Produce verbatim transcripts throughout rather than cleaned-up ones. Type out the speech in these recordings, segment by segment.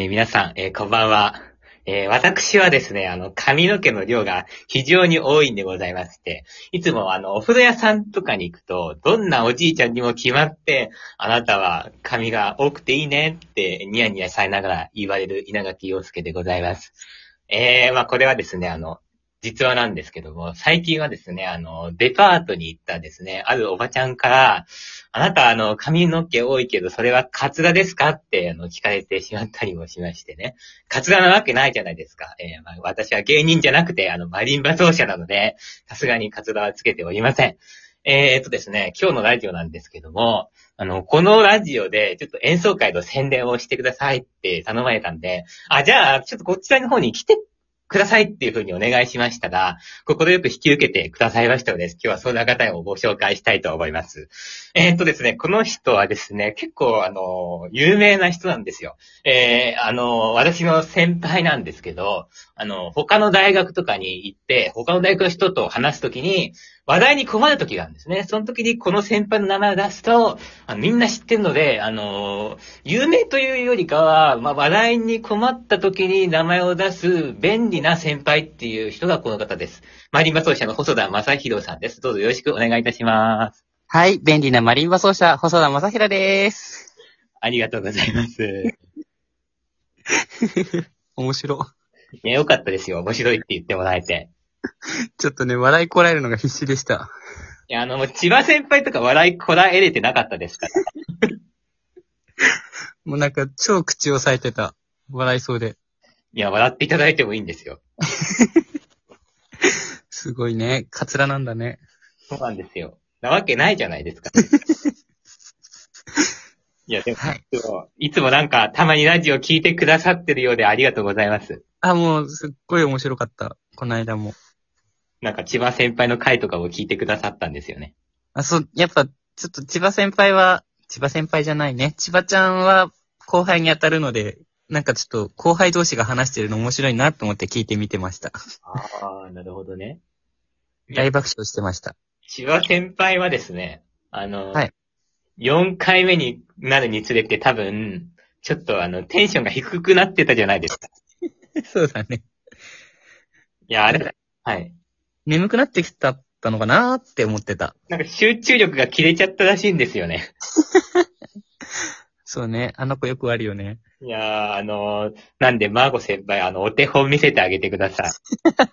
えー皆さん、えーこんばんは。えー私はですね、あの、髪の毛の量が非常に多いんでございまして、いつもあの、お風呂屋さんとかに行くと、どんなおじいちゃんにも決まって、あなたは髪が多くていいねってニヤニヤされながら言われる稲垣陽介でございます。えー、まあこれはですね、あの、実話なんですけども、最近はですね、あの、デパートに行ったですね、あるおばちゃんから、あなた、あの、髪の毛多いけど、それはカツラですかって、あの、聞かれてしまったりもしましてね。カツラなわけないじゃないですか。えーまあ、私は芸人じゃなくて、あの、マリンバ奏者なので、さすがにカツラはつけておりません。えーっとですね、今日のラジオなんですけども、あの、このラジオで、ちょっと演奏会の宣伝をしてくださいって頼まれたんで、あ、じゃあ、ちょっとこちらの方に来てくださいっていうふうにお願いしましたら、心よく引き受けてくださいましたので、今日はそんな方をご紹介したいと思います。えーっとですね、この人はですね、結構あの、有名な人なんですよ。えー、あの、私の先輩なんですけど、あの、他の大学とかに行って、他の大学の人と話すときに、話題に困るときがあるんですね。その時にこの先輩の名前を出すと、あのみんな知ってるので、あの、有名というよりかは、まあ、話題に困った時に名前を出す便利な先輩っていう人がこの方です。マリンバ奏者の細田正宏さんです。どうぞよろしくお願いいたします。 はい、便利なマリンバ奏者、細田正宏です。 ありがとうございます。 面白。 いや、よかったですよ。面白いって言ってもらえて。 ちょっとね、笑いこらえるのが必死でした。 いや、あの、もう千葉先輩とか笑いこらえれてなかったですから。 もうなんか超口を裂いてた。笑いそうで。 いや、笑っていただいてもいいんですよ。 すごいね。カツラなんだね。 そうなんですよ。なわけないじゃないですか。いや、でも、 はい。 いつも、いつもなんか、たまにラジオ聞いてくださってるようでありがとうございます。 あ、もうすっごい面白かった。この間も。 なんか、千葉先輩の回とかを聞いてくださったんですよね。 あ、そう、やっぱ、ちょっと千葉先輩は、千葉先輩じゃないね。千葉ちゃんは後輩に当たるので、なんかちょっと後輩同士が話してるの面白いなと思って聞いてみてました。 ああ、なるほどね。いや、 大爆笑してました。 千葉先輩はですね、あの、 はい。 よんかいめになるにつれて多分、ちょっとあの、テンションが低くなってたじゃないですか。 そうだね。 いや、あれ、 なんかはい。 眠くなってきたったのかなーって思ってた。 なんか集中力が切れちゃったらしいんですよね。 そうね。あの子よくあるよね。 いやー、あのーなんで、マーゴ先輩、あの、お手本見せてあげてください。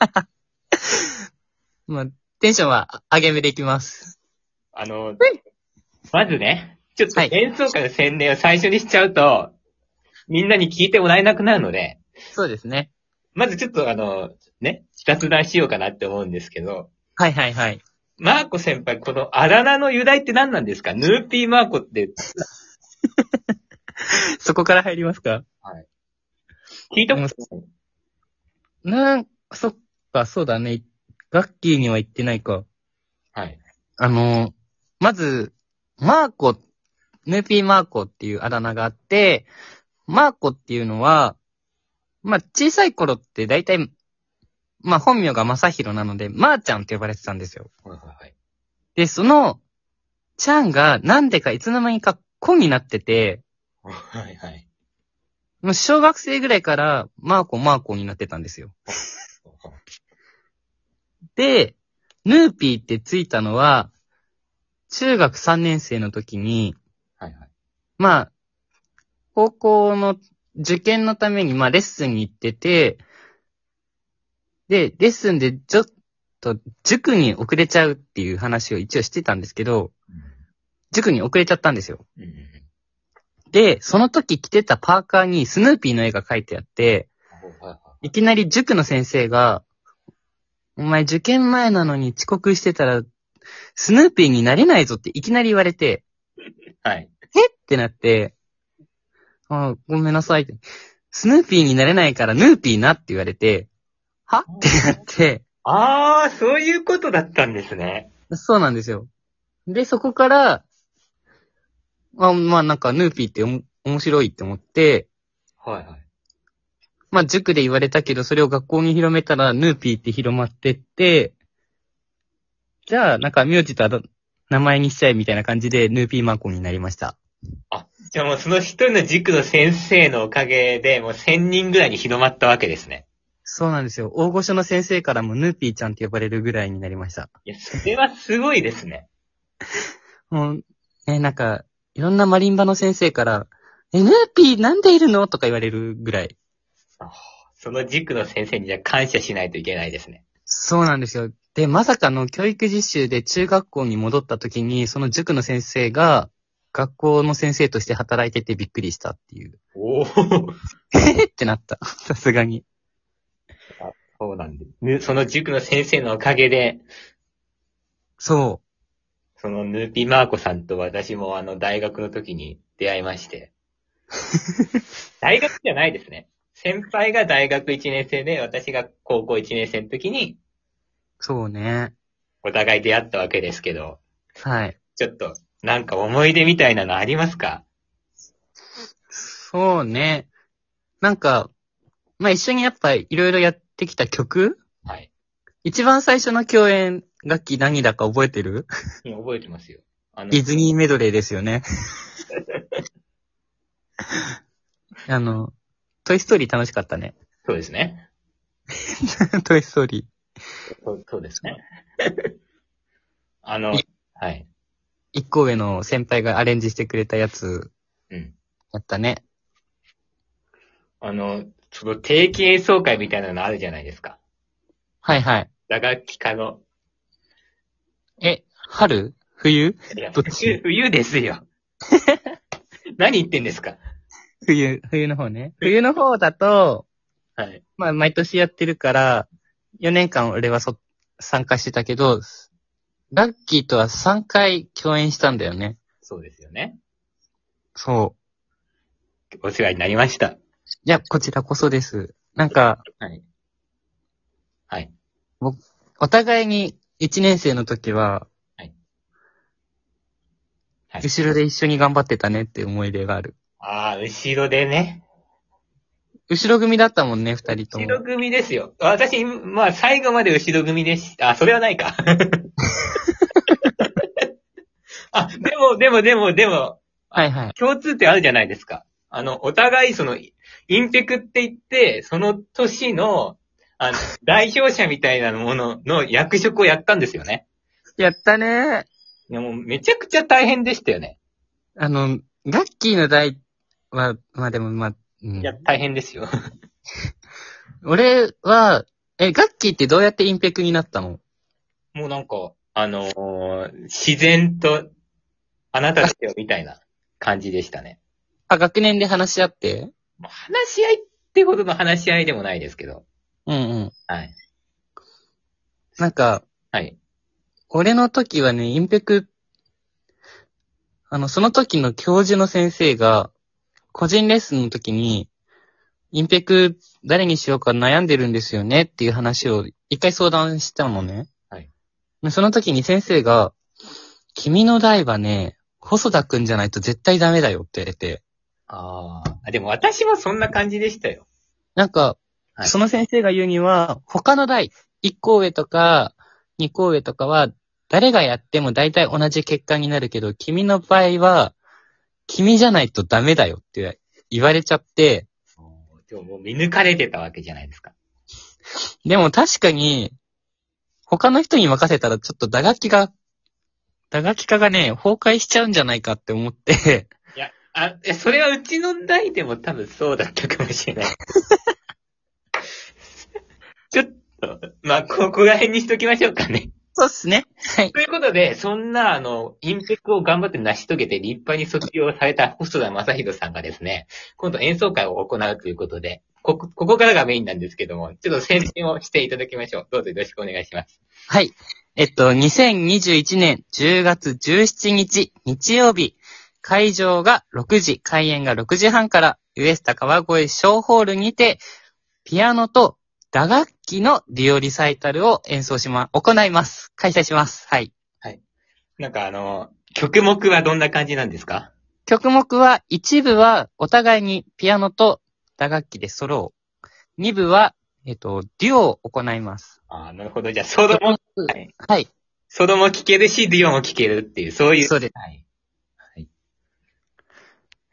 まあ、テンションは上げ目でいきます。 あの、まずね、ちょっとはい。 演奏会の宣伝を最初にしちゃうと、みんなに聞いてもらえなくなるので、 そうですね。 まずちょっとあの、ね、雑談しようかなって思うんですけど、 はいはいはい。 マーコ先輩、このあだ名の由来って何なんですか？ヌーピーマーコって、 そこから入りますか？ はい。聞いたこもうとない。 なんそっか、そうだね。ガッキーには言ってないか。 はい。 あの、まず、マーコ、ヌーピーマーコっていうあだ名があって、マーコっていうのは、まあ、小さい頃って大体、まあ、本名が正宏なので、マーちゃんって呼ばれてたんですよ。 はいはいはい。 で、その、ちゃんがなんでかいつの間にか子になってて、 はいはい。 もう小学生ぐらいからマーコマーコになってたんですよ。で、ヌーピーってついたのは、中学さんねん生の時に、 はいはい。 まあ、高校の受験のために、まあ、レッスンに行ってて、で、レッスンでちょっと塾に遅れちゃうっていう話を一応してたんですけど、塾に遅れちゃったんですよ。 うんうんうん。 で、その時着てたパーカーにスヌーピーの絵が描いてあって、 はいはいきなり塾の先生が、お前受験前なのに遅刻してたら、スヌーピーになれないぞっていきなり言われて、 はい。はい。 えってなって、あごめんなさいって。スヌーピーになれないからヌーピーなって言われて、はってなって、 ああ、そういうことだったんですね。 そうなんですよ。で、そこから、あまあなんかヌーピーっておも面白いって思って、 はいはい。 まあ塾で言われたけど、それを学校に広めたらヌーピーって広まってって、じゃあなんか名字とあだ名前にしちゃえみたいな感じでヌーピーマーコになりました。 あ、じゃあもうその一人の塾の先生のおかげで、もう千人ぐらいに広まったわけですね。 そうなんですよ。大御所の先生からもヌーピーちゃんって呼ばれるぐらいになりました。 いや、それはすごいですね。 もう、ね、なんか、いろんなマリンバの先生から、え、ヌーピーなんでいるのとか言われるぐらい。 あ、その塾の先生にじゃあ感謝しないといけないですね。 そうなんですよ。で、まさかの教育実習で中学校に戻った時に、その塾の先生が、学校の先生として働いててびっくりしたっていう。 おお。 えってなった。さすがに。 そうなんです。ぬその塾の先生のおかげで、 そそのヌーピーマーコさんと私もあの大学の時に出会いまして。大学じゃないですね。先輩が大学いちねん生で、私が高校いちねん生の時に、 う。そうね。 お互い出会ったわけですけど、 はい。 ちょっと、なんか思い出みたいなのありますか？ そうね。なんか、まあ、一緒にやっぱいろいろやってきた曲はい。 一番最初の共演楽器何だか覚えてる？ いや覚えてますよ。あの、 ディズニーメドレーですよね。あの、トイストーリー楽しかったね。 そうですね。 トイストーリそうそうですね。あの、 いはい。 ー。一個上の先輩がアレンジしてくれたやつ、 うん。 やったね。 あの、その定期演奏会みたいなのあるじゃないですか。 はいはい。 打楽器科の。 え、春冬いや、 どっち？ 冬、冬ですよ。何言ってんですか？ 冬、冬の方ね。冬の方だと、 はい。 まあ、毎年やってるから、よねんかん俺はそ、参加してたけど、ラッキーとはさんかい共演したんだよね。 そうですよね。 そう。 お世話になりました。 いや、こちらこそです。なんか、 はい。はい。 お互いにいちねん生の時は、 はいはい後ろで一緒に頑張ってたねって思い出がある。 ああ、後ろでね。 後ろ組だったもんね、二人と後ろも。 組ですよ。私、まあ、最後まで後ろ組でし、あ、それはないか。あ、でも、でも、でも、でも、 はいはい。 共通点あるじゃないですか。あの、お互い、その、インペクって言って、その年の、あの、代表者みたいなものの役職をやったんですよね。 やったね。 いや、もうめちゃくちゃ大変でしたよね。 あの、ガッキーの代は、まあでもまあ、うん。 いや、大変ですよ。 俺は、え、ガッキーってどうやってインペクになったの？ もうなんか、あのー自然と、あなただよみたいな感じでしたね。 あ、学年で話し合って？ もう話し合いってほどの話し合いでもないですけど。 うんうん。 はい。 なんか、 はい。 俺の時はね、インペク、あの、その時の教授の先生が、個人レッスンの時に、インペク誰にしようか悩んでるんですよねっていう話を一回相談したのね。 はい。 その時に先生が、君の代はね、細田くんじゃないと絶対ダメだよって言われて。 ああ、でも私もそんな感じでしたよ。 なんか、 はいその先生が言うには、他の代、いっこ上とかにこ上とかは、誰がやっても大体同じ結果になるけど、君の場合は、君じゃないとダメだよって言われちゃって、 でももう見抜かれてたわけじゃないですか。 でも確かに、他の人に任せたらちょっと打楽器が、打楽器科がね、崩壊しちゃうんじゃないかって思って、 いや、あ、いやそれはうちの代でも多分そうだったかもしれない。ちょっと、まあ、ここら辺にしときましょうかね。 そうっすね。はい。 ということで、そんな、あの、インペクを頑張って成し遂げて立派に卒業された細田正宏さんがですね、今度演奏会を行うということで、ここ、ここからがメインなんですけども、ちょっと宣伝をしていただきましょう。どうぞよろしくお願いします。 はい。えっと、にせんにじゅういちねんじゅうがつじゅうしちにち日曜日、会場がろくじ、開演がろくじはんから、ウエスタ川越小ホールにて、ピアノと打楽器のデュオリサイタルを演奏しま、行います。開催します。はい。 なんかあの、曲目はどんな感じなんですか？ 曲目は、一部はお互いにピアノと打楽器でソロを。二部は、えっと、デュオを行います。 ああ、なるほど。じゃあ、ソロも、はい。 はい。 ソロも聴けるし、デュオも聴けるっていう、そういう。 そうです。 はい。はい。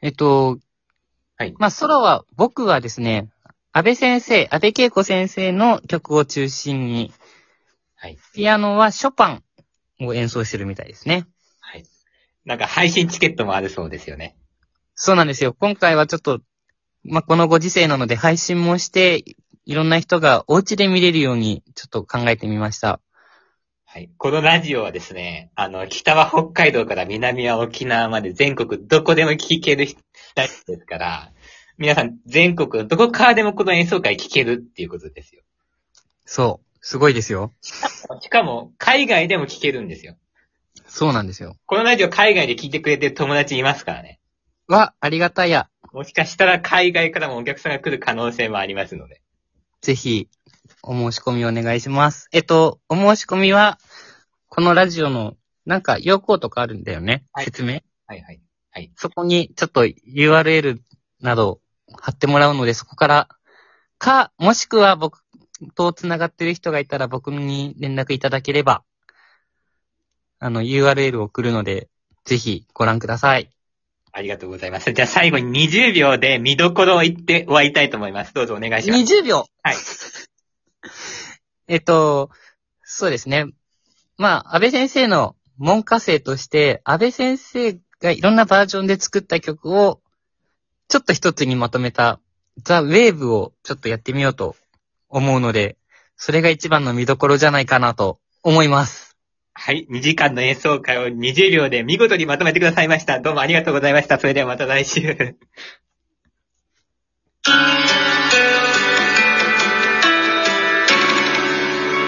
えっと、 はい。 まあ、ソロは、僕はですね、安倍先生、安倍恵子先生の曲を中心に、 はい。 ピアノはショパンを演奏してるみたいですね。 はい。なんか配信チケットもあるそうですよね。 そうなんですよ。今回はちょっと、まあ、このご時世なので配信もして、いろんな人がお家で見れるようにちょっと考えてみました。 はい。このラジオはですね、あの、北は北海道から南は沖縄まで全国どこでも聴けるラジオですから、皆さん全国どこからでもこの演奏会聴けるっていうことですよ。 そう。すごいですよ。 しかも、海外でも聴けるんですよ。 そうなんですよ。 このラジオ海外で聴いてくれてる友達いますからね。 わ、ありがたや。 もしかしたら海外からもお客さんが来る可能性もありますので。 ぜひ、お申し込みお願いします。えっと、お申し込みは、このラジオの、なんか、要項とかあるんだよね。 はい説明はいはい。はい。 そこに、ちょっと ユーアールエル など貼ってもらうので、そこから、か、もしくは僕と繋がってる人がいたら僕に連絡いただければ、あの、ユーアールエル を送るので、ぜひご覧ください。 ありがとうございます。じゃあ最後ににじゅうびょうで見どころを言って終わりたいと思います。どうぞお願いします。 にじゅうびょうはい。 えっと、そうですね。まあ、安倍先生の門下生として、安倍先生がいろんなバージョンで作った曲を、ちょっと一つにまとめた、ザ・ウェーブをちょっとやってみようと思うので、それが一番の見どころじゃないかなと思います。 はい。にじかんの演奏会をにじゅうびょうで見事にまとめてくださいました。どうもありがとうございました。それではまた来週。